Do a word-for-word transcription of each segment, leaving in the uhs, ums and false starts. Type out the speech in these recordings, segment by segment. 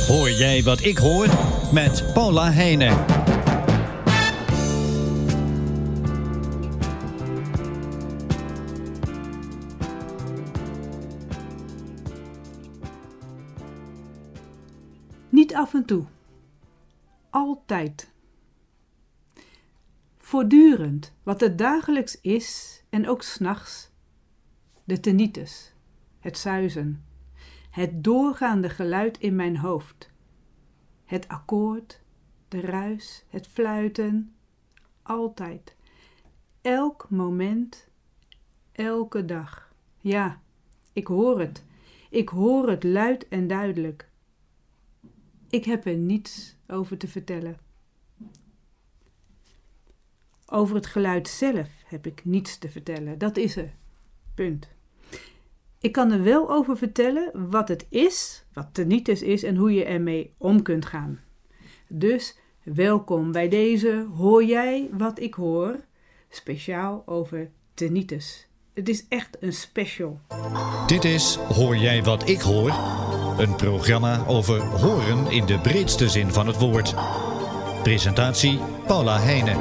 Hoor jij wat ik hoor? Met Paula Heijnen. Niet af en toe. Altijd. Voortdurend, wat het dagelijks is en ook 's nachts. De tinnitus, het suizen, het doorgaande geluid in mijn hoofd. Het akkoord, de ruis, het fluiten. Altijd. Elk moment, elke dag. Ja, ik hoor het. Ik hoor het luid en duidelijk. Ik heb er niets over te vertellen. Over het geluid zelf heb ik niets te vertellen. Dat is er. Punt. Ik kan er wel over vertellen wat het is, wat tinnitus is en hoe je ermee om kunt gaan. Dus welkom bij deze Hoor jij wat ik hoor? Speciaal over tinnitus. Het is echt een special. Dit is Hoor jij wat ik hoor? Een programma over horen in de breedste zin van het woord. Presentatie Paula Heijnen.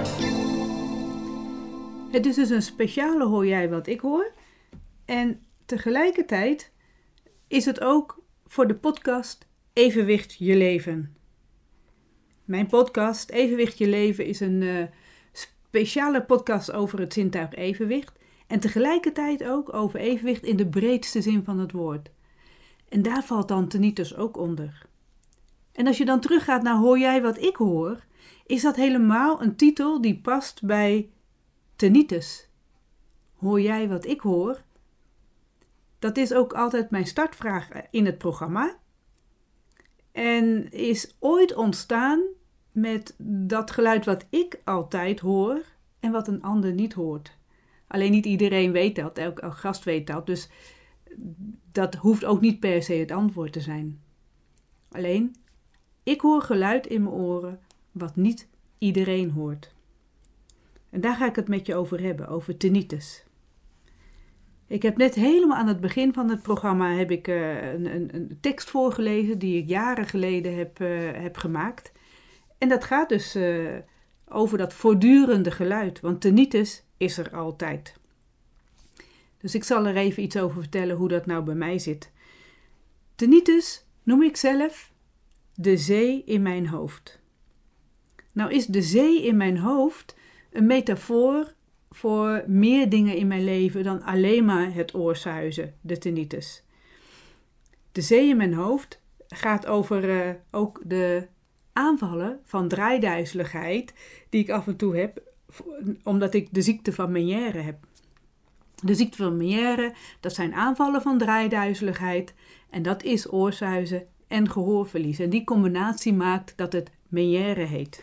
Het is dus een speciale Hoor jij wat ik hoor? En tegelijkertijd is het ook voor de podcast Evenwicht je leven. Mijn podcast Evenwicht je leven is een uh, speciale podcast over het zintuig evenwicht. En tegelijkertijd ook over evenwicht in de breedste zin van het woord. En daar valt dan tinnitus ook onder. En als je dan teruggaat naar Hoor jij wat ik hoor, is dat helemaal een titel die past bij tinnitus. Hoor jij wat ik hoor? Dat is ook altijd mijn startvraag in het programma. En is ooit ontstaan met dat geluid wat ik altijd hoor en wat een ander niet hoort. Alleen niet iedereen weet dat, elke, elke gast weet dat. Dus dat hoeft ook niet per se het antwoord te zijn. Alleen, ik hoor geluid in mijn oren wat niet iedereen hoort. En daar ga ik het met je over hebben, over tinnitus. Ik heb net helemaal aan het begin van het programma heb ik, uh, een, een, een tekst voorgelezen die ik jaren geleden heb, uh, heb gemaakt. En dat gaat dus uh, over dat voortdurende geluid, want tinnitus is er altijd. Dus ik zal er even iets over vertellen hoe dat nou bij mij zit. Tinnitus noem ik zelf de zee in mijn hoofd. Nou is de zee in mijn hoofd een metafoor voor meer dingen in mijn leven dan alleen maar het oorsuizen, de tinnitus. De zee in mijn hoofd gaat over uh, ook de aanvallen van draaiduizeligheid die ik af en toe heb, omdat ik de ziekte van Meniere heb. De ziekte van Meniere, dat zijn aanvallen van draaiduizeligheid en dat is oorsuizen en gehoorverlies. En die combinatie maakt dat het Meniere heet.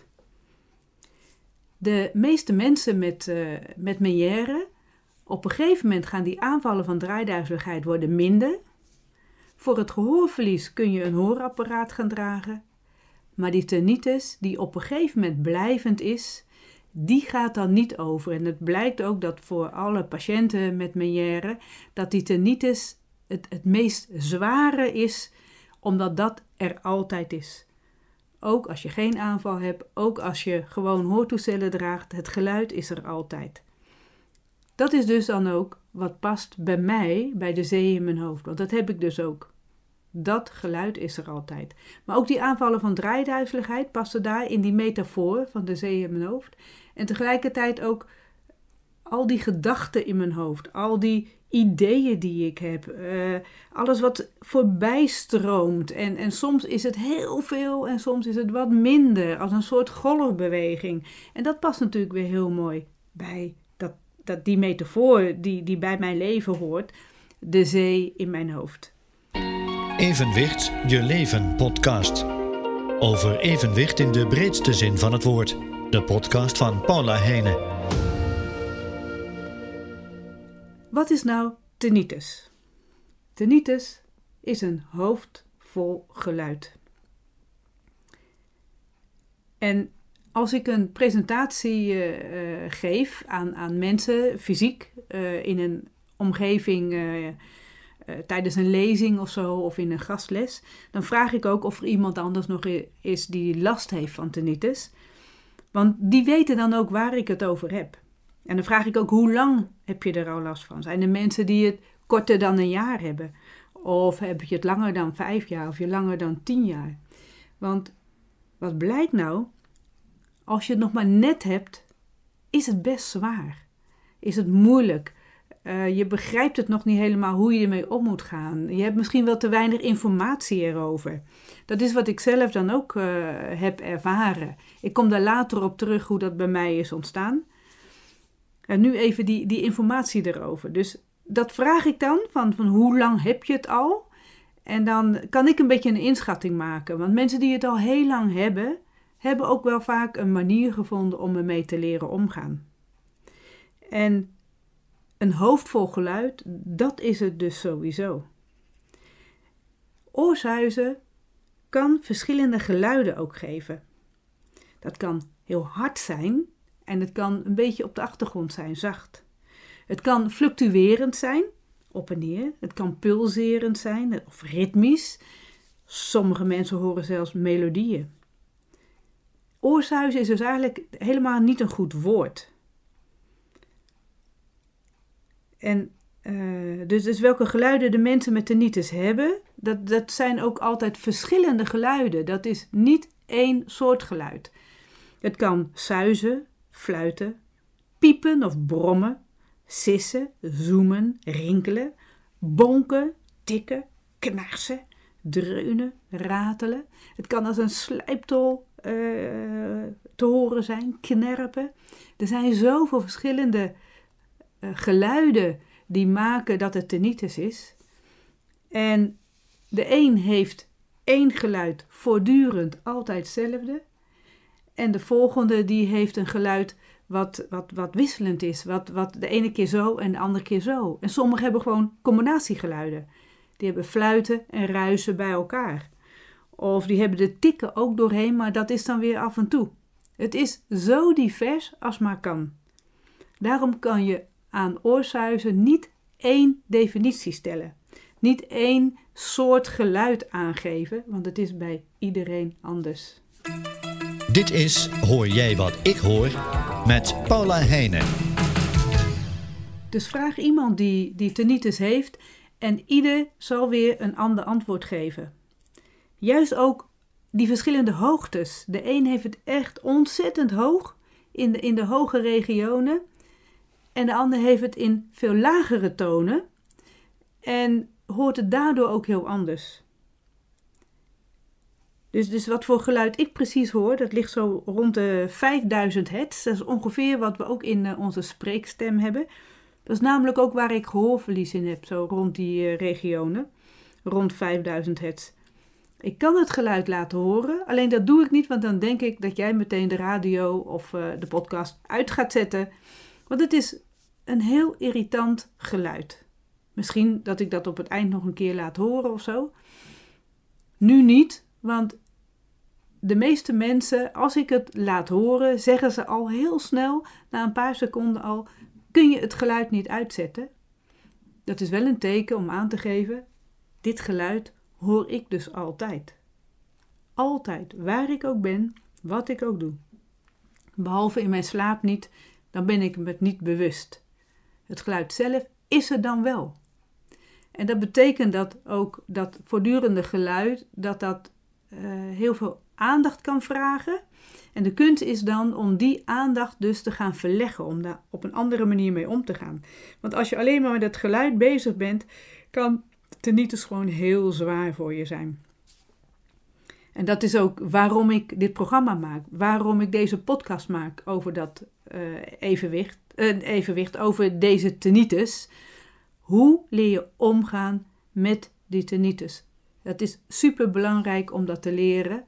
De meeste mensen met, uh, met Meniere, op een gegeven moment gaan die aanvallen van draaiduizeligheid worden minder. Voor het gehoorverlies kun je een hoorapparaat gaan dragen. Maar die tinnitus, die op een gegeven moment blijvend is, die gaat dan niet over. En het blijkt ook dat voor alle patiënten met Meniere, dat die tinnitus het, het meest zware is, omdat dat er altijd is. Ook als je geen aanval hebt, ook als je gewoon hoortoestellen draagt, het geluid is er altijd. Dat is dus dan ook wat past bij mij, bij de zee in mijn hoofd. Want dat heb ik dus ook. Dat geluid is er altijd. Maar ook die aanvallen van draaiduizeligheid passen daar in die metafoor van de zee in mijn hoofd. En tegelijkertijd ook al die gedachten in mijn hoofd, al die ideeën die ik heb, uh, alles wat voorbij stroomt. En, en soms is het heel veel en soms is het wat minder, als een soort golfbeweging. En dat past natuurlijk weer heel mooi bij dat, dat, die metafoor die, die bij mijn leven hoort, de zee in mijn hoofd. Evenwicht je leven podcast. Over evenwicht in de breedste zin van het woord. De podcast van Paula Heijnen. Wat is nou tinnitus? Tinnitus is een hoofd vol geluid. En als ik een presentatie uh, geef aan, aan mensen, fysiek, uh, in een omgeving uh, uh, tijdens een lezing of zo of in een gastles, dan vraag ik ook of er iemand anders nog is die last heeft van tinnitus. Want die weten dan ook waar ik het over heb. En dan vraag ik ook, hoe lang heb je er al last van? Zijn er mensen die het korter dan een jaar hebben? Of heb je het langer dan vijf jaar of je langer dan tien jaar? Want wat blijkt nou? Als je het nog maar net hebt, is het best zwaar. Is het moeilijk. Uh, je begrijpt het nog niet helemaal hoe je ermee om moet gaan. Je hebt misschien wel te weinig informatie erover. Dat is wat ik zelf dan ook uh, heb ervaren. Ik kom daar later op terug hoe dat bij mij is ontstaan. En nu even die, die informatie erover. Dus dat vraag ik dan, van, van hoe lang heb je het al? En dan kan ik een beetje een inschatting maken. Want mensen die het al heel lang hebben, hebben ook wel vaak een manier gevonden om ermee te leren omgaan. En een hoofd vol geluid, dat is het dus sowieso. Oorsuizen kan verschillende geluiden ook geven. Dat kan heel hard zijn en het kan een beetje op de achtergrond zijn, zacht. Het kan fluctuerend zijn, op en neer. Het kan pulserend zijn of ritmisch. Sommige mensen horen zelfs melodieën. Oorsuizen is dus eigenlijk helemaal niet een goed woord. En uh, dus, dus welke geluiden de mensen met tinnitus hebben, dat, dat zijn ook altijd verschillende geluiden. Dat is niet één soort geluid. Het kan suizen, fluiten, piepen of brommen, sissen, zoemen, rinkelen, bonken, tikken, knarsen, dreunen, ratelen. Het kan als een slijptol uh, te horen zijn, knerpen. Er zijn zoveel verschillende uh, geluiden die maken dat het tinnitus is. En de een heeft één geluid voortdurend altijd hetzelfde. En de volgende die heeft een geluid wat, wat, wat wisselend is. Wat, wat de ene keer zo en de andere keer zo. En sommigen hebben gewoon combinatiegeluiden. Die hebben fluiten en ruisen bij elkaar. Of die hebben de tikken ook doorheen, maar dat is dan weer af en toe. Het is zo divers als maar kan. Daarom kan je aan oorsuizen niet één definitie stellen. Niet één soort geluid aangeven, want het is bij iedereen anders. Dit is Hoor jij wat ik hoor met Paula Heijnen. Dus vraag iemand die, die tinnitus heeft en ieder zal weer een ander antwoord geven. Juist ook die verschillende hoogtes. De een heeft het echt ontzettend hoog in de, in de hoge regionen en de ander heeft het in veel lagere tonen en hoort het daardoor ook heel anders. Dus, dus wat voor geluid ik precies hoor, dat ligt zo rond de vijfduizend hertz. Dat is ongeveer wat we ook in uh, onze spreekstem hebben. Dat is namelijk ook waar ik gehoorverlies in heb, zo rond die uh, regionen. Rond vijfduizend hertz. Ik kan het geluid laten horen, alleen dat doe ik niet, want dan denk ik dat jij meteen de radio of uh, de podcast uit gaat zetten. Want het is een heel irritant geluid. Misschien dat ik dat op het eind nog een keer laat horen of zo. Nu niet, want de meeste mensen, als ik het laat horen, zeggen ze al heel snel, na een paar seconden al, kun je het geluid niet uitzetten. Dat is wel een teken om aan te geven, dit geluid hoor ik dus altijd. Altijd, waar ik ook ben, wat ik ook doe. Behalve in mijn slaap niet, dan ben ik me het niet bewust. Het geluid zelf is er dan wel. En dat betekent dat ook dat voortdurende geluid, dat dat uh, heel veel aandacht kan vragen. En de kunst is dan om die aandacht dus te gaan verleggen, om daar op een andere manier mee om te gaan. Want als je alleen maar met het geluid bezig bent, kan tinnitus gewoon heel zwaar voor je zijn. En dat is ook waarom ik dit programma maak, waarom ik deze podcast maak over dat uh, evenwicht, uh, evenwicht, over deze tinnitus. Hoe leer je omgaan met die tinnitus? Dat is super belangrijk om dat te leren.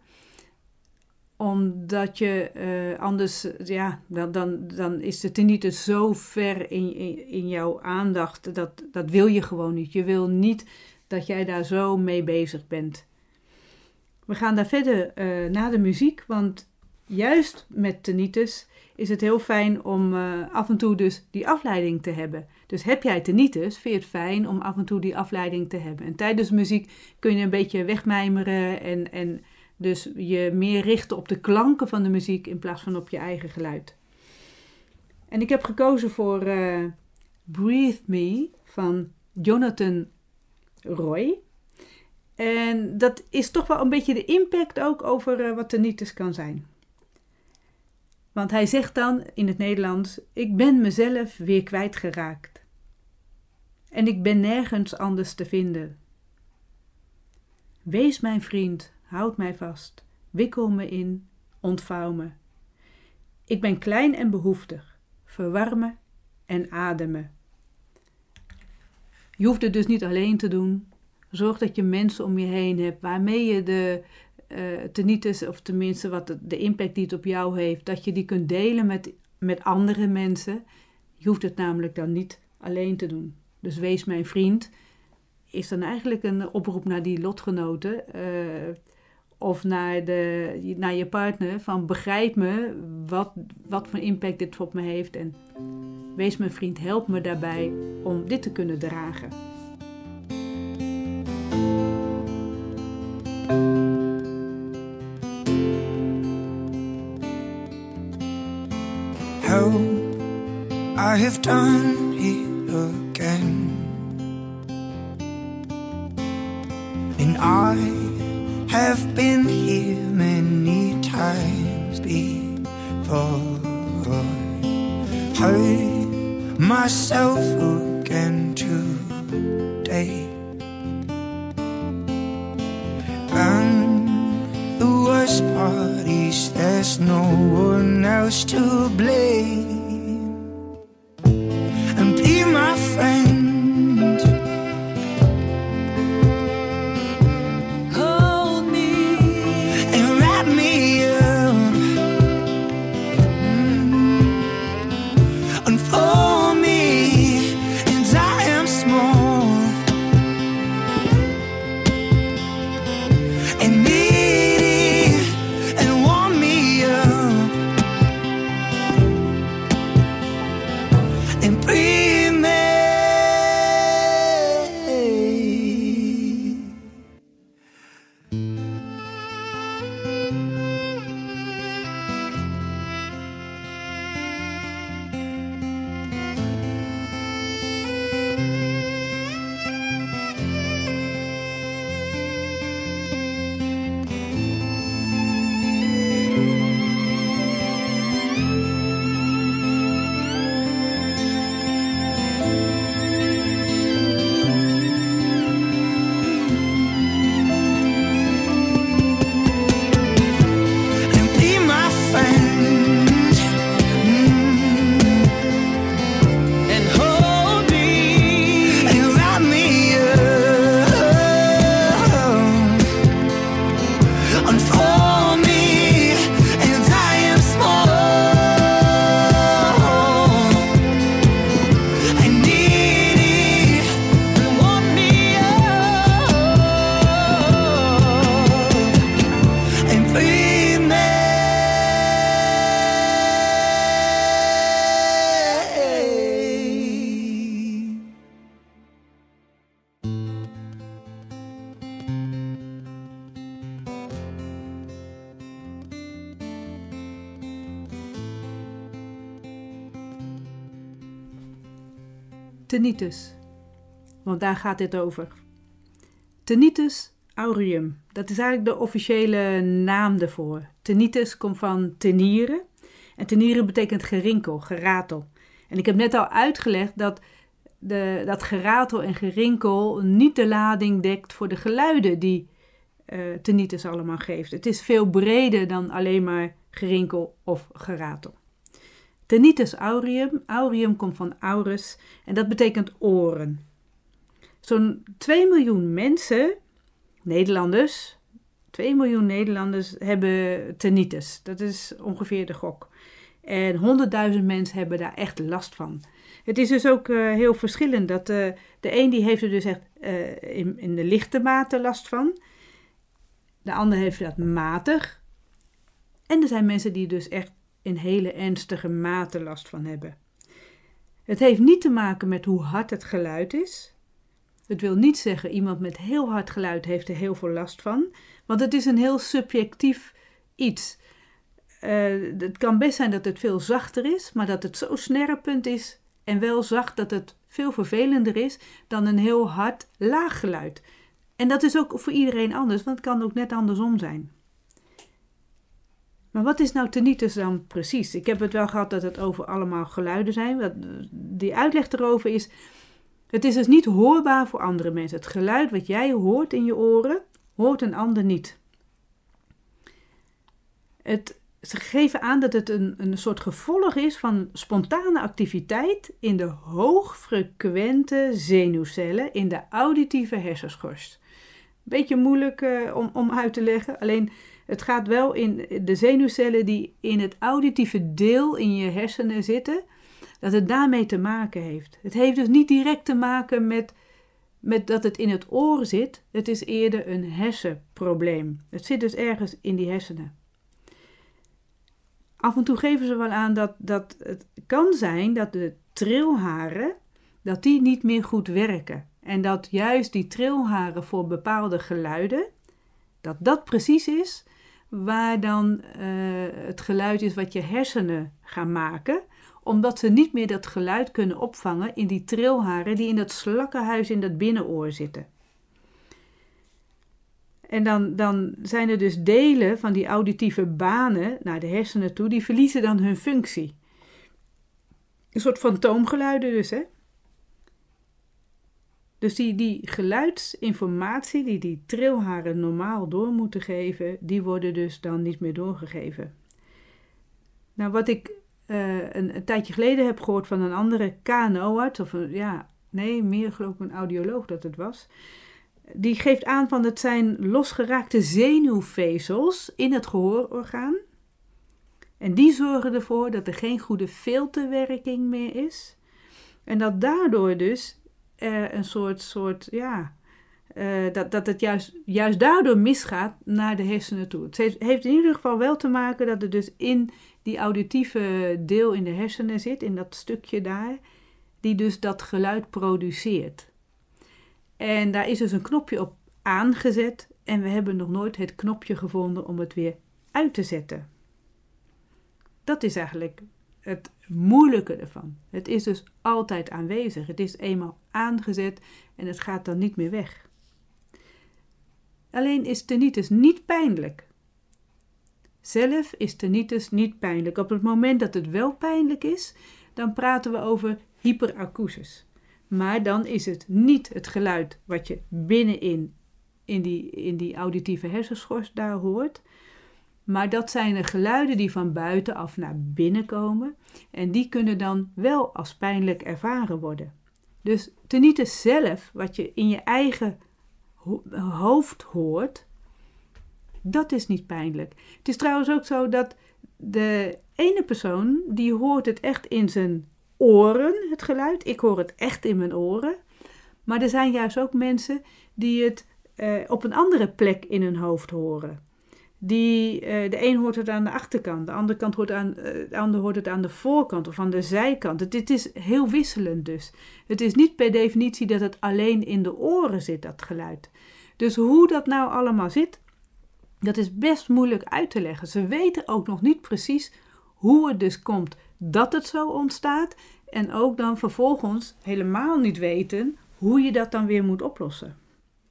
Omdat je uh, anders, ja, dan, dan, dan is de tinnitus zo ver in, in, in jouw aandacht. Dat, dat wil je gewoon niet. Je wil niet dat jij daar zo mee bezig bent. We gaan daar verder uh, na de muziek, want juist met tinnitus is het heel fijn om uh, af en toe dus die afleiding te hebben. Dus heb jij tinnitus, vind je het fijn om af en toe die afleiding te hebben. En tijdens muziek kun je een beetje wegmijmeren en, en dus je meer richten op de klanken van de muziek in plaats van op je eigen geluid. En ik heb gekozen voor uh, Breathe Me van Jonathan Roy. En dat is toch wel een beetje de impact ook over uh, wat tinnitus kan zijn. Want hij zegt dan in het Nederlands: ik ben mezelf weer kwijtgeraakt. En ik ben nergens anders te vinden. Wees mijn vriend, houd mij vast, wikkel me in, ontvouw me. Ik ben klein en behoeftig, verwarmen en ademen. Je hoeft het dus niet alleen te doen. Zorg dat je mensen om je heen hebt waarmee je de uh, tinnitus, of tenminste wat de, de impact die het op jou heeft, dat je die kunt delen met, met andere mensen. Je hoeft het namelijk dan niet alleen te doen. Dus wees mijn vriend is dan eigenlijk een oproep naar die lotgenoten uh, of naar, de, naar je partner van begrijp me wat, wat voor impact dit op me heeft en wees mijn vriend, help me daarbij om dit te kunnen dragen. How I have done it again, and I have been here many times before. Hurt myself again today, and the worst part is there's no one else to blame. And be my friend, hold me and wrap me up, mm. Unfold me and I am small and needy and warm me up and breathe me. Tinnitus, want daar gaat dit over. Tinnitus aureum, dat is eigenlijk de officiële naam ervoor. Tinnitus komt van tenieren en tenieren betekent gerinkel, geratel. En ik heb net al uitgelegd dat de, dat geratel en gerinkel niet de lading dekt voor de geluiden die uh, tinnitus allemaal geeft. Het is veel breder dan alleen maar gerinkel of geratel. Tinnitus aureum, aureum komt van aurus en dat betekent oren. Zo'n twee miljoen mensen, Nederlanders, twee miljoen Nederlanders hebben tinnitus. Dat is ongeveer de gok. En honderdduizend mensen hebben daar echt last van. Het is dus ook uh, heel verschillend. Dat, uh, de een die heeft er dus echt uh, in, in de lichte mate last van. De ander heeft dat matig. En er zijn mensen die dus echt in hele ernstige mate last van hebben. Het heeft niet te maken met hoe hard het geluid is. Het wil niet zeggen iemand met heel hard geluid heeft er heel veel last van. Want het is een heel subjectief iets. Uh, het kan best zijn dat het veel zachter is, maar dat het zo snerpend is en wel zacht dat het veel vervelender is dan een heel hard laag geluid. En dat is ook voor iedereen anders, want het kan ook net andersom zijn. Maar wat is nou tinnitus dan precies? Ik heb het wel gehad dat het over allemaal geluiden zijn. Die uitleg erover is, het is dus niet hoorbaar voor andere mensen. Het geluid wat jij hoort in je oren, hoort een ander niet. Het, ze geven aan dat het een, een soort gevolg is van spontane activiteit in de hoogfrequente zenuwcellen in de auditieve hersenschors. Beetje moeilijk uh, om, om uit te leggen, alleen het gaat wel in de zenuwcellen die in het auditieve deel in je hersenen zitten, dat het daarmee te maken heeft. Het heeft dus niet direct te maken met, met dat het in het oor zit, het is eerder een hersenprobleem. Het zit dus ergens in die hersenen. Af en toe geven ze wel aan dat, dat het kan zijn dat de trilharen, dat die niet meer goed werken. En dat juist die trilharen voor bepaalde geluiden, dat dat precies is waar dan uh, het geluid is wat je hersenen gaan maken, omdat ze niet meer dat geluid kunnen opvangen in die trilharen die in dat slakkenhuis in dat binnenoor zitten. En dan, dan zijn er dus delen van die auditieve banen naar de hersenen toe, die verliezen dan hun functie. Een soort fantoomgeluiden dus, hè. Dus die, die geluidsinformatie die die trilharen normaal door moeten geven, die worden dus dan niet meer doorgegeven. Nou, wat ik uh, een, een tijdje geleden heb gehoord van een andere K N O-arts, of een, ja, nee, meer geloof ik een audioloog dat het was, die geeft aan van het zijn losgeraakte zenuwvezels in het gehoororgaan. En die zorgen ervoor dat er geen goede filterwerking meer is. En dat daardoor dus er een soort, soort ja, uh, dat, dat het juist, juist daardoor misgaat naar de hersenen toe. Het heeft, heeft in ieder geval wel te maken dat het dus in die auditieve deel in de hersenen zit, in dat stukje daar, die dus dat geluid produceert. En daar is dus een knopje op aangezet en we hebben nog nooit het knopje gevonden om het weer uit te zetten. Dat is eigenlijk het moeilijke ervan. Het is dus altijd aanwezig. Het is eenmaal aangezet en het gaat dan niet meer weg. Alleen is tinnitus niet pijnlijk. Zelf is tinnitus niet pijnlijk. Op het moment dat het wel pijnlijk is, dan praten we over hyperacusis. Maar dan is het niet het geluid wat je binnenin in die, in die auditieve hersenschors daar hoort. Maar dat zijn de geluiden die van buitenaf naar binnen komen. En die kunnen dan wel als pijnlijk ervaren worden. Dus tinnitus zelf, wat je in je eigen ho- hoofd hoort, dat is niet pijnlijk. Het is trouwens ook zo dat de ene persoon, die hoort het echt in zijn oren, het geluid. Ik hoor het echt in mijn oren. Maar er zijn juist ook mensen die het uh, op een andere plek in hun hoofd horen. Die, uh, de een hoort het aan de achterkant, de andere, kant hoort aan, uh, de ander hoort het aan de voorkant of aan de zijkant. Het, het is heel wisselend dus. Het is niet per definitie dat het alleen in de oren zit, dat geluid. Dus hoe dat nou allemaal zit, dat is best moeilijk uit te leggen. Ze weten ook nog niet precies hoe het dus komt dat het zo ontstaat. En ook dan vervolgens helemaal niet weten hoe je dat dan weer moet oplossen.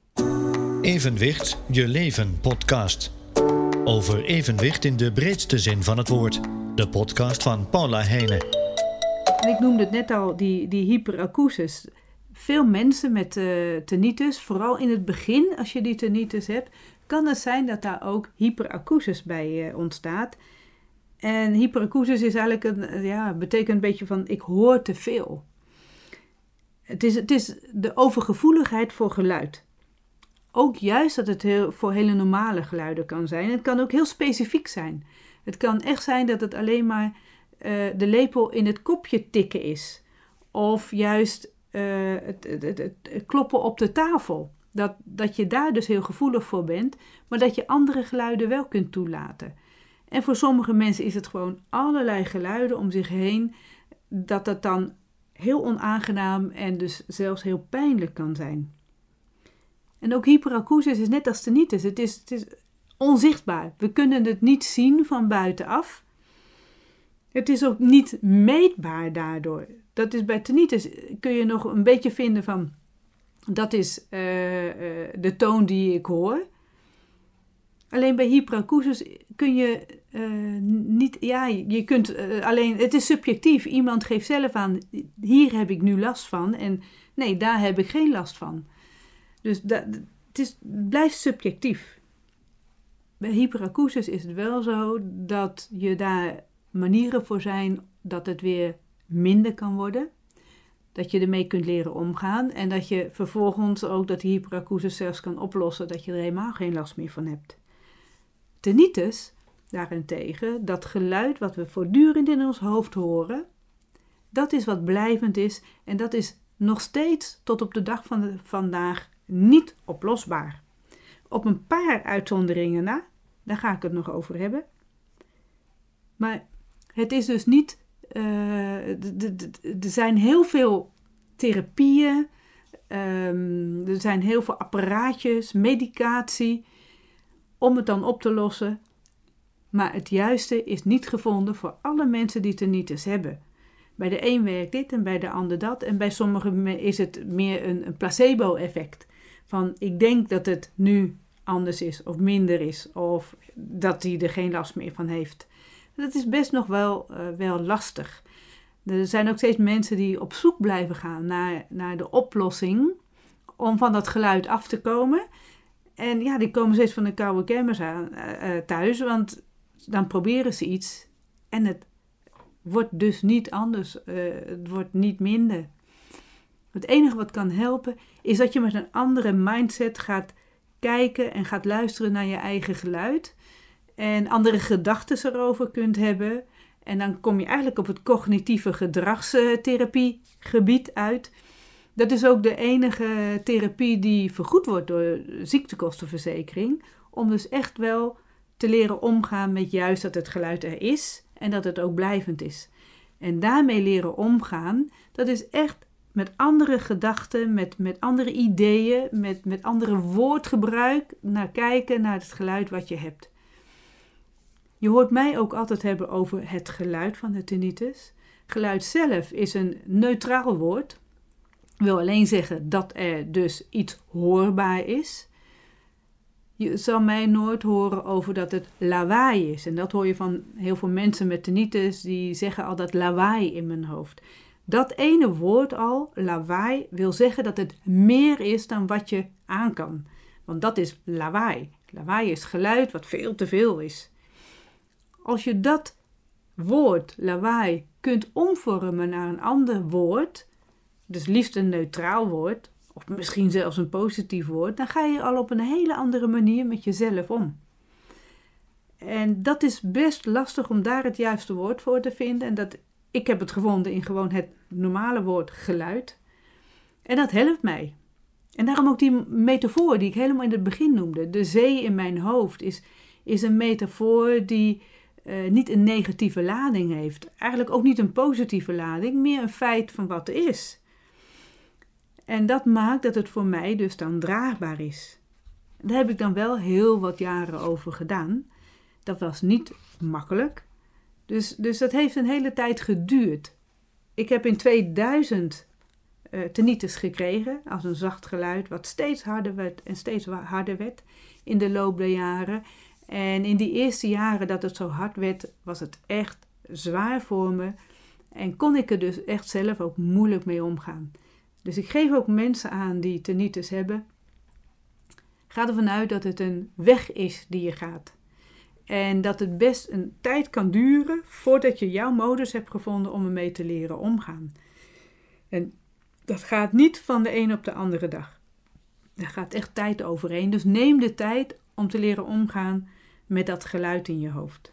Evenwicht, je leven podcast. Over evenwicht in de breedste zin van het woord. De podcast van Paula Heijnen. En ik noemde het net al, die, die hyperacusis. Veel mensen met uh, tinnitus, vooral in het begin als je die tinnitus hebt, kan het zijn dat daar ook hyperacusis bij uh, ontstaat. En hyperacusis is eigenlijk een, ja, betekent een beetje van ik hoor te veel. Het is, het is de overgevoeligheid voor geluid. Ook juist dat het heel, voor hele normale geluiden kan zijn. Het kan ook heel specifiek zijn. Het kan echt zijn dat het alleen maar uh, de lepel in het kopje tikken is. Of juist uh, het, het, het, het kloppen op de tafel. Dat, dat je daar dus heel gevoelig voor bent, maar dat je andere geluiden wel kunt toelaten. En voor sommige mensen is het gewoon allerlei geluiden om zich heen, dat dat dan heel onaangenaam en dus zelfs heel pijnlijk kan zijn. En ook hyperacusis is net als tinnitus. Het is, het is onzichtbaar. We kunnen het niet zien van buitenaf. Het is ook niet meetbaar daardoor. Dat is bij tinnitus kun je nog een beetje vinden van, dat is uh, uh, de toon die ik hoor. Alleen bij hyperacusis kun je uh, niet, ja, je kunt uh, alleen, het is subjectief. Iemand geeft zelf aan, hier heb ik nu last van en nee, daar heb ik geen last van. Dus dat, het, is, het blijft subjectief. Bij hyperacusis is het wel zo dat je daar manieren voor zijn dat het weer minder kan worden. Dat je ermee kunt leren omgaan en dat je vervolgens ook dat die hyperacusis zelfs kan oplossen, dat je er helemaal geen last meer van hebt. Tinnitus, daarentegen, dat geluid wat we voortdurend in ons hoofd horen, dat is wat blijvend is en dat is nog steeds tot op de dag van de, vandaag niet oplosbaar. Op een paar uitzonderingen na, daar ga ik het nog over hebben. Maar het is dus niet, uh, er zijn heel veel therapieën, um, er zijn heel veel apparaatjes, medicatie, om het dan op te lossen. Maar het juiste is niet gevonden voor alle mensen die tinnitus hebben. Bij de een werkt dit en bij de ander dat. En bij sommigen is het meer een, een placebo-effect. Van ik denk dat het nu anders is of minder is. Of dat hij er geen last meer van heeft. Dat is best nog wel, uh, wel lastig. Er zijn ook steeds mensen die op zoek blijven gaan naar, naar de oplossing. Om van dat geluid af te komen. En ja, die komen steeds van de koude kermis aan, uh, uh, thuis. Want dan proberen ze iets. En het wordt dus niet anders. Uh, het wordt niet minder. Het enige wat kan helpen is dat je met een andere mindset gaat kijken en gaat luisteren naar je eigen geluid. En andere gedachten erover kunt hebben. En dan kom je eigenlijk op het cognitieve gedragstherapiegebied uit. Dat is ook de enige therapie die vergoed wordt door de ziektekostenverzekering. Om dus echt wel te leren omgaan met juist dat het geluid er is en dat het ook blijvend is. En daarmee leren omgaan, dat is echt met andere gedachten, met, met andere ideeën, met, met andere woordgebruik naar kijken naar het geluid wat je hebt. Je hoort mij ook altijd hebben over het geluid van de tinnitus. Geluid zelf is een neutraal woord. Wil alleen zeggen dat er dus iets hoorbaar is. Je zal mij nooit horen over dat het lawaai is. En dat hoor je van heel veel mensen met tinnitus, die zeggen al dat lawaai in mijn hoofd. Dat ene woord al, lawaai, wil zeggen dat het meer is dan wat je aan kan. Want dat is lawaai. Lawaai is geluid wat veel te veel is. Als je dat woord, lawaai, kunt omvormen naar een ander woord, dus liefst een neutraal woord, of misschien zelfs een positief woord, dan ga je al op een hele andere manier met jezelf om. En dat is best lastig om daar het juiste woord voor te vinden. En dat, ik heb het gevonden in gewoon het normale woord geluid. En dat helpt mij. En daarom ook die metafoor die ik helemaal in het begin noemde. De zee in mijn hoofd is, is een metafoor die uh, niet een negatieve lading heeft. Eigenlijk ook niet een positieve lading, meer een feit van wat er is. En dat maakt dat het voor mij dus dan draagbaar is. Daar heb ik dan wel heel wat jaren over gedaan. Dat was niet makkelijk. Dus, dus dat heeft een hele tijd geduurd. Ik heb in tweeduizend uh, tinnitus gekregen als een zacht geluid, wat steeds harder werd en steeds harder werd in de loop der jaren. En in die eerste jaren dat het zo hard werd, was het echt zwaar voor me. En kon ik er dus echt zelf ook moeilijk mee omgaan. Dus ik geef ook mensen aan die tinnitus hebben. Ga ervan uit dat het een weg is die je gaat. En dat het best een tijd kan duren voordat je jouw modus hebt gevonden om ermee te leren omgaan. En dat gaat niet van de een op de andere dag. Daar gaat echt tijd overheen. Dus neem de tijd om te leren omgaan met dat geluid in je hoofd.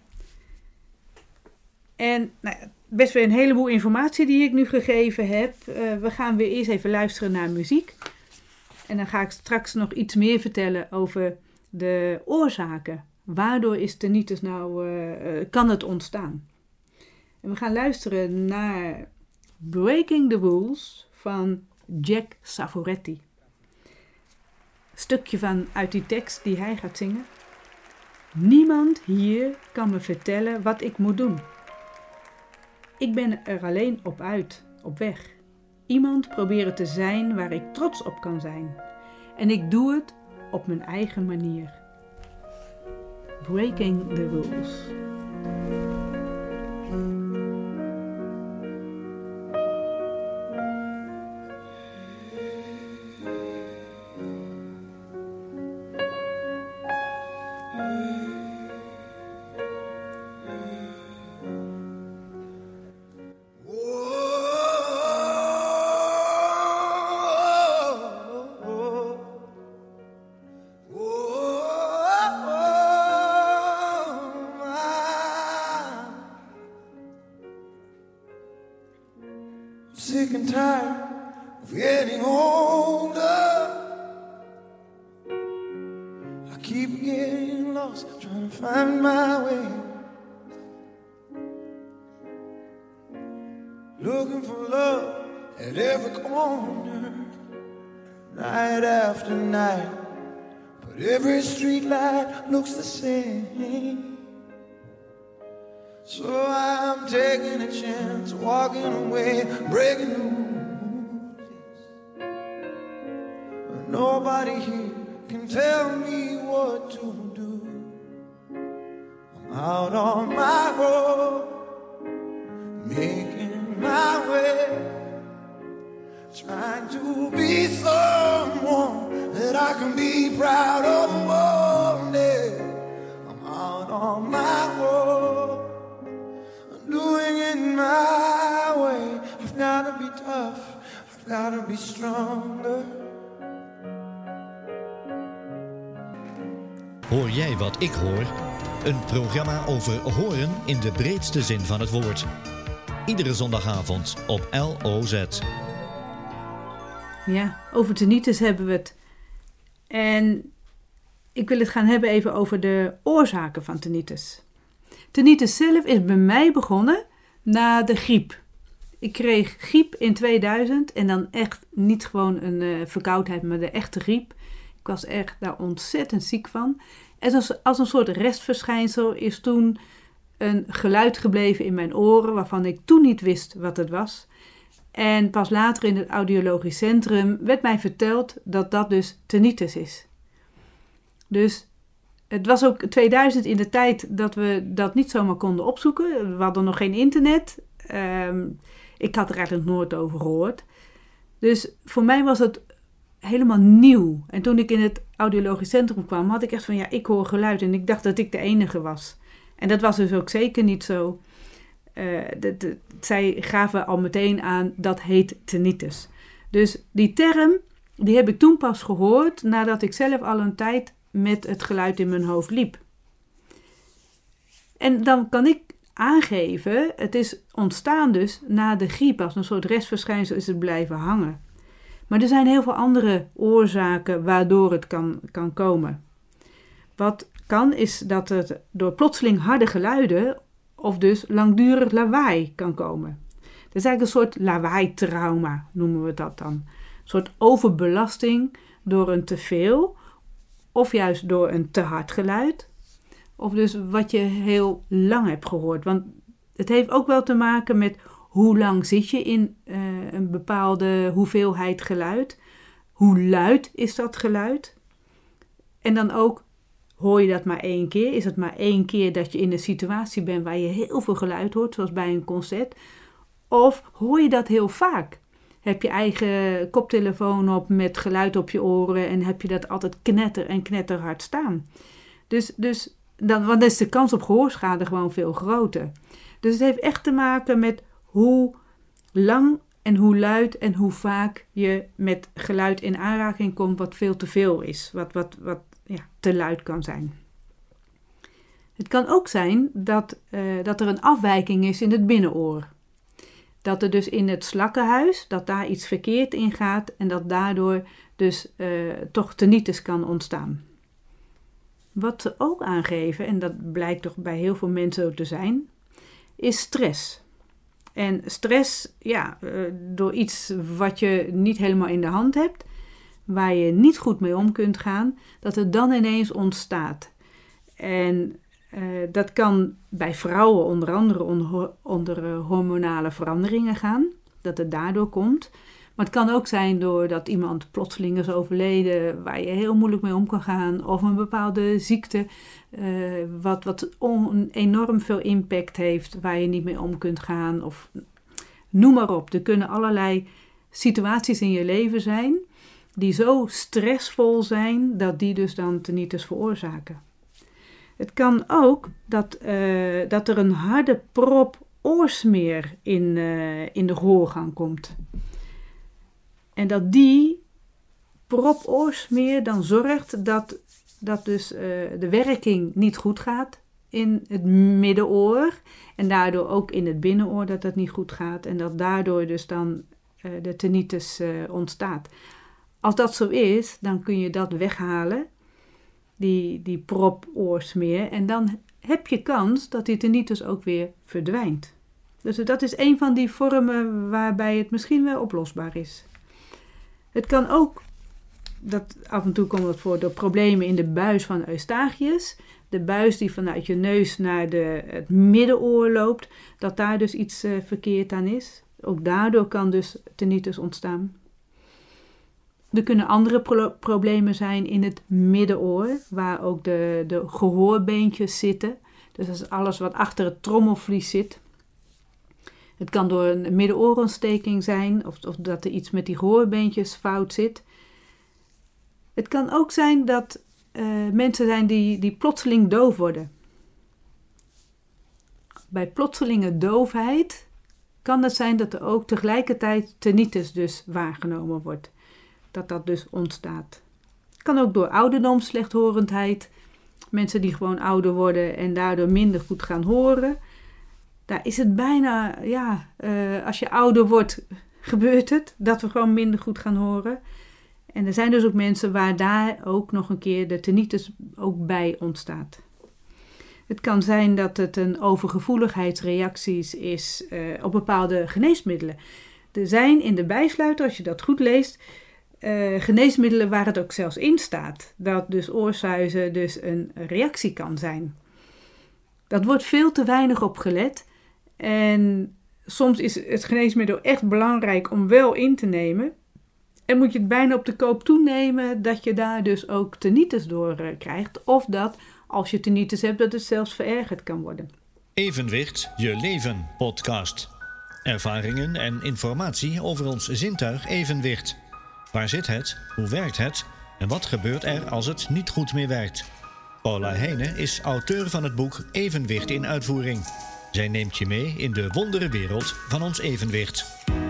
En nou ja, best weer een heleboel informatie die ik nu gegeven heb. Uh, we gaan weer eerst even luisteren naar muziek. En dan ga ik straks nog iets meer vertellen over de oorzaken Waardoor is tinnitus nou, uh, uh, kan het ontstaan? En we gaan luisteren naar Breaking the Rules van Jack Savoretti. Stukje van uit die tekst die hij gaat zingen. Niemand hier kan me vertellen wat ik moet doen. Ik ben er alleen op uit, op weg. Iemand proberen te zijn waar ik trots op kan zijn. En ik doe het op mijn eigen manier. Breaking the Rules. Sick and tired of getting older. I keep getting lost, trying to find my way. Looking for love at every corner, night after night. But every street light looks the same. So I'm taking a chance, walking away, breaking the rules. But nobody here can tell me what to do. I'm out on my road, making my way, trying to be someone that I can be proud of one day. I'm out on my road, doing it my way. I've gotta be tough, I've gotta be stronger. Hoor jij wat ik hoor? Een programma over horen in de breedste zin van het woord. Iedere zondagavond op L O Z. Ja, over tinnitus hebben we het. En ik wil het gaan hebben even over de oorzaken van tinnitus. Tinnitus zelf is bij mij begonnen na de griep. Ik kreeg griep in tweeduizend en dan echt niet gewoon een uh, verkoudheid, maar de echte griep. Ik was echt daar ontzettend ziek van. En als, als een soort restverschijnsel is toen een geluid gebleven in mijn oren waarvan ik toen niet wist wat het was. En pas later in het audiologisch centrum werd mij verteld dat dat dus tinnitus is. Dus het was ook tweeduizend in de tijd dat we dat niet zomaar konden opzoeken. We hadden nog geen internet. Um, ik had er eigenlijk nooit over gehoord. Dus voor mij was het helemaal nieuw. En toen ik in het audiologisch centrum kwam, had ik echt van ja, ik hoor geluid. En ik dacht dat ik de enige was. En dat was dus ook zeker niet zo. Uh, de, de, zij gaven al meteen aan, dat heet tinnitus. Dus die term, die heb ik toen pas gehoord nadat ik zelf al een tijd met het geluid in mijn hoofd liep. En dan kan ik aangeven, het is ontstaan dus na de griep. Als een soort restverschijnsel is het blijven hangen. Maar er zijn heel veel andere oorzaken waardoor het kan, kan komen. Wat kan is dat het door plotseling harde geluiden of dus langdurig lawaai kan komen. Dat is eigenlijk een soort lawaai-trauma, noemen we dat dan. Een soort overbelasting door een teveel of juist door een te hard geluid. Of dus wat je heel lang hebt gehoord. Want het heeft ook wel te maken met hoe lang zit je in uh, een bepaalde hoeveelheid geluid. Hoe luid is dat geluid? En dan ook, hoor je dat maar één keer? Is het maar één keer dat je in een situatie bent waar je heel veel geluid hoort, zoals bij een concert? Of hoor je dat heel vaak? Heb je eigen koptelefoon op met geluid op je oren en heb je dat altijd knetter en knetterhard staan? Dus, dus dan, want dan is de kans op gehoorschade gewoon veel groter. Dus het heeft echt te maken met hoe lang en hoe luid en hoe vaak je met geluid in aanraking komt wat veel te veel is, wat, wat, wat ja, te luid kan zijn. Het kan ook zijn dat, uh, dat er een afwijking is in het binnenoor. Dat er dus in het slakkenhuis, dat daar iets verkeerd in gaat en dat daardoor dus uh, toch tinnitus kan ontstaan. Wat ze ook aangeven, en dat blijkt toch bij heel veel mensen zo te zijn, is stress. En stress, ja, door iets wat je niet helemaal in de hand hebt, waar je niet goed mee om kunt gaan, dat het dan ineens ontstaat. En uh, dat kan bij vrouwen onder andere onder, onder uh, hormonale veranderingen gaan, dat het daardoor komt. Maar het kan ook zijn doordat iemand plotseling is overleden, waar je heel moeilijk mee om kan gaan, of een bepaalde ziekte, uh, wat, wat on, enorm veel impact heeft, waar je niet mee om kunt gaan. Of noem maar op, er kunnen allerlei situaties in je leven zijn die zo stressvol zijn, dat die dus dan tinnitus veroorzaken. Het kan ook dat, uh, dat er een harde prop oorsmeer in, uh, in de gehoorgang komt. En dat die prop oorsmeer dan zorgt dat, dat dus uh, de werking niet goed gaat in het middenoor. En daardoor ook in het binnenoor dat dat niet goed gaat. En dat daardoor dus dan uh, de tinnitus uh, ontstaat. Als dat zo is, dan kun je dat weghalen, die, die prop oorsmeer. En dan heb je kans dat die tinnitus ook weer verdwijnt. Dus dat is een van die vormen waarbij het misschien wel oplosbaar is. Het kan ook, dat af en toe komt dat voor, door problemen in de buis van Eustachius. De buis die vanuit je neus naar de, het middenoor loopt, dat daar dus iets uh, verkeerd aan is. Ook daardoor kan dus tinnitus ontstaan. Er kunnen andere pro- problemen zijn in het middenoor, waar ook de, de gehoorbeentjes zitten. Dus dat is alles wat achter het trommelvlies zit. Het kan door een middenoorontsteking zijn, of, of dat er iets met die gehoorbeentjes fout zit. Het kan ook zijn dat uh, mensen zijn die, die plotseling doof worden. Bij plotselinge doofheid kan het zijn dat er ook tegelijkertijd tinnitus dus waargenomen wordt. Dat dat dus ontstaat. Het kan ook door ouderdomslechthorendheid. Mensen die gewoon ouder worden en daardoor minder goed gaan horen. Daar is het bijna, ja, uh, als je ouder wordt, gebeurt het. Dat we gewoon minder goed gaan horen. En er zijn dus ook mensen waar daar ook nog een keer de tinnitus ook bij ontstaat. Het kan zijn dat het een overgevoeligheidsreacties is uh, op bepaalde geneesmiddelen. Er zijn in de bijsluiter, als je dat goed leest, uh, geneesmiddelen waar het ook zelfs in staat. Dat dus oorsuizen dus een reactie kan zijn. Dat wordt veel te weinig op gelet. En soms is het geneesmiddel echt belangrijk om wel in te nemen. En moet je het bijna op de koop toenemen dat je daar dus ook tinnitus door uh, krijgt. Of dat als je tinnitus hebt dat het zelfs verergerd kan worden. Evenwicht Je Leven podcast. Ervaringen en informatie over ons zintuig evenwicht. Waar zit het? Hoe werkt het? En wat gebeurt er als het niet goed meer werkt? Paula Heijne is auteur van het boek Evenwicht in uitvoering. Zij neemt je mee in de wonderenwereld van ons evenwicht.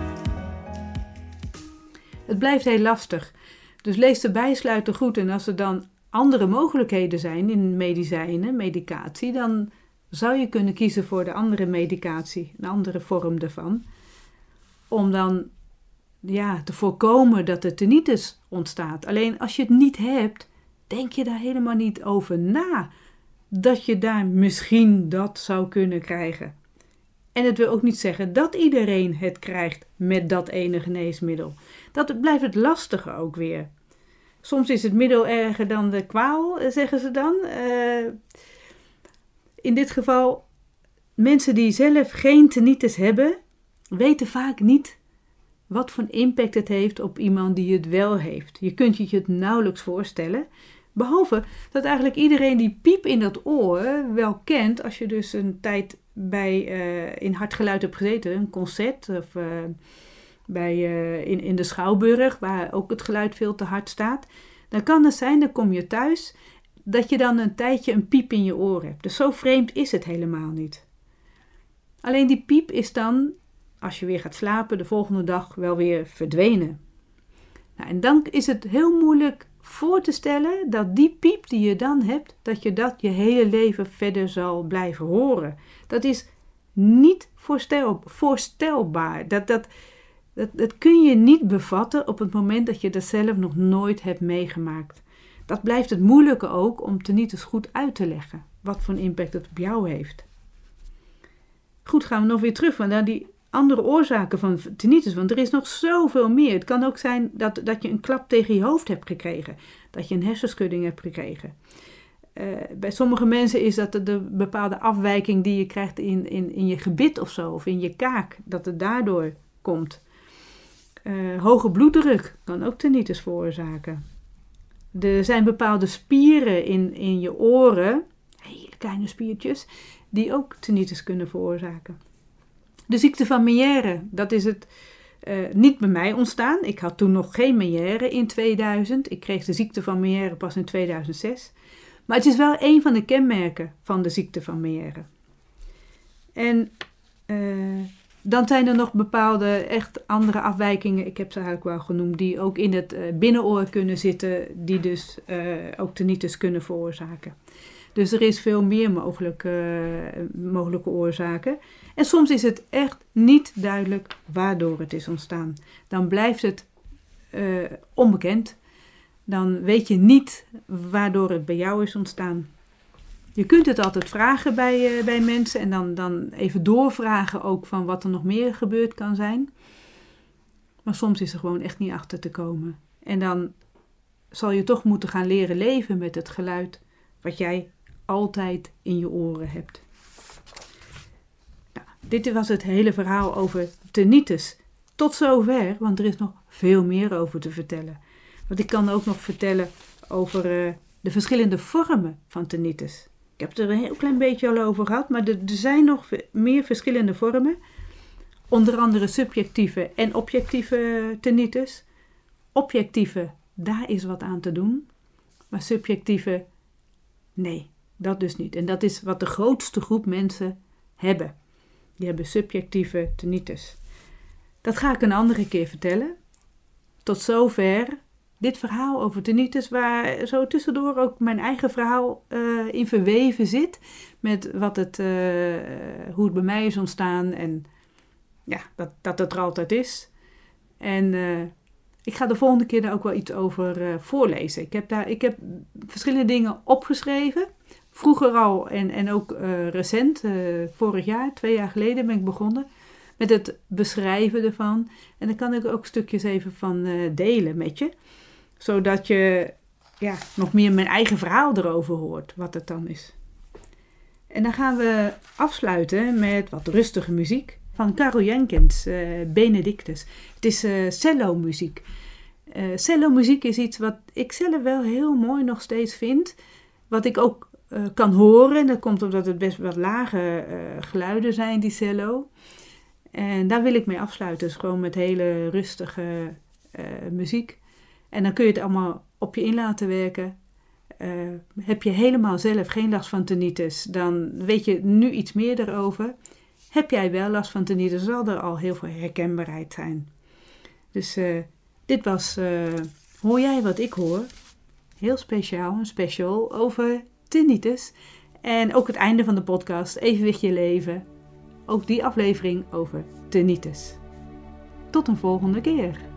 Het blijft heel lastig. Dus lees de bijsluiter goed en als er dan andere mogelijkheden zijn in medicijnen, medicatie, dan zou je kunnen kiezen voor de andere medicatie, een andere vorm daarvan. Om dan ja, te voorkomen dat er tinnitus ontstaat. Alleen als je het niet hebt, denk je daar helemaal niet over na. Dat je daar misschien dat zou kunnen krijgen. En het wil ook niet zeggen dat iedereen het krijgt met dat ene geneesmiddel. Dat blijft het lastige ook weer. Soms is het middel erger dan de kwaal, zeggen ze dan. Uh, in dit geval, mensen die zelf geen tinnitus hebben, weten vaak niet wat voor impact het heeft op iemand die het wel heeft. Je kunt je het nauwelijks voorstellen. Behalve dat eigenlijk iedereen die piep in dat oor wel kent. Als je dus een tijd bij, uh, in Hartgeluid hebt gezeten, een concert of uh, bij, uh, in, in de Schouwburg, waar ook het geluid veel te hard staat. Dan kan het zijn, dan kom je thuis, dat je dan een tijdje een piep in je oor hebt. Dus zo vreemd is het helemaal niet. Alleen die piep is dan, als je weer gaat slapen, de volgende dag wel weer verdwenen. Nou, en dan is het heel moeilijk voor te stellen dat die piep die je dan hebt, dat je dat je hele leven verder zal blijven horen. Dat is niet voorstel, voorstelbaar. Dat, dat, dat, dat kun je niet bevatten op het moment dat je dat zelf nog nooit hebt meegemaakt. dat blijft het moeilijke ook om tinnitus goed uit te leggen. Wat voor een impact het op jou heeft. Goed, gaan we nog weer terug naar die andere oorzaken van tinnitus. Want er is nog zoveel meer. Het kan ook zijn dat, dat je een klap tegen je hoofd hebt gekregen. Dat je een hersenschudding hebt gekregen. Uh, bij sommige mensen is dat de, de bepaalde afwijking die je krijgt in, in, in je gebit of zo. Of in je kaak. Dat het daardoor komt. Uh, hoge bloeddruk kan ook tinnitus veroorzaken. Er zijn bepaalde spieren in, in je oren. Hele kleine spiertjes. Die ook tinnitus kunnen veroorzaken. De ziekte van Meière, dat is het uh, niet bij mij ontstaan. Ik had toen nog geen Meière in tweeduizend. Ik kreeg de ziekte van Meière pas in tweeduizend zes. Maar het is wel een van de kenmerken van de ziekte van Meière. En uh, dan zijn er nog bepaalde echt andere afwijkingen, ik heb ze eigenlijk wel genoemd, die ook in het uh, binnenoor kunnen zitten, die dus uh, ook tinnitus kunnen veroorzaken. Dus er is veel meer mogelijke, uh, mogelijke oorzaken. En soms is het echt niet duidelijk waardoor het is ontstaan. Dan blijft het uh, onbekend. Dan weet je niet waardoor het bij jou is ontstaan. Je kunt het altijd vragen bij, uh, bij mensen en dan, dan even doorvragen ook van wat er nog meer gebeurd kan zijn. Maar soms is er gewoon echt niet achter te komen. En dan zal je toch moeten gaan leren leven met het geluid wat jij altijd in je oren hebt. Nou, dit was het hele verhaal over tinnitus. Tot zover, want er is nog veel meer over te vertellen. Want ik kan ook nog vertellen over uh, de verschillende vormen van tinnitus. Ik heb het er een heel klein beetje al over gehad, maar er, er zijn nog meer verschillende vormen. Onder andere subjectieve en objectieve tinnitus. Objectieve, daar is wat aan te doen. Maar subjectieve, nee, dat dus niet. En dat is wat de grootste groep mensen hebben. Die hebben subjectieve tinnitus. Dat ga ik een andere keer vertellen. Tot zover dit verhaal over tinnitus, waar zo tussendoor ook mijn eigen verhaal uh, in verweven zit. Met wat het, uh, hoe het bij mij is ontstaan en ja, dat, dat het er altijd is. En uh, ik ga de volgende keer daar ook wel iets over uh, voorlezen. Ik heb, daar, ik heb verschillende dingen opgeschreven. Vroeger al en, en ook uh, recent, uh, vorig jaar, twee jaar geleden ben ik begonnen met het beschrijven ervan. En dan kan ik ook stukjes even van uh, delen met je. Zodat je ja, nog meer mijn eigen verhaal erover hoort, wat het dan is. En dan gaan we afsluiten met wat rustige muziek van Karel Jenkins, uh, Benedictus. Het is uh, cello muziek. Uh, cello muziek is iets wat ik zelf wel heel mooi nog steeds vind. Wat ik ook uh, kan horen. En dat komt omdat het best wat lage uh, geluiden zijn, die cello. En daar wil ik mee afsluiten. Dus gewoon met hele rustige uh, muziek. En dan kun je het allemaal op je in laten werken. Uh, heb je helemaal zelf geen last van tinnitus, dan weet je nu iets meer erover. Heb jij wel last van tinnitus, zal er al heel veel herkenbaarheid zijn. Dus uh, dit was uh, Hoor jij wat ik hoor? Heel speciaal, een special over tinnitus. En ook het einde van de podcast, Evenwicht je leven. Ook die aflevering over tinnitus. Tot een volgende keer.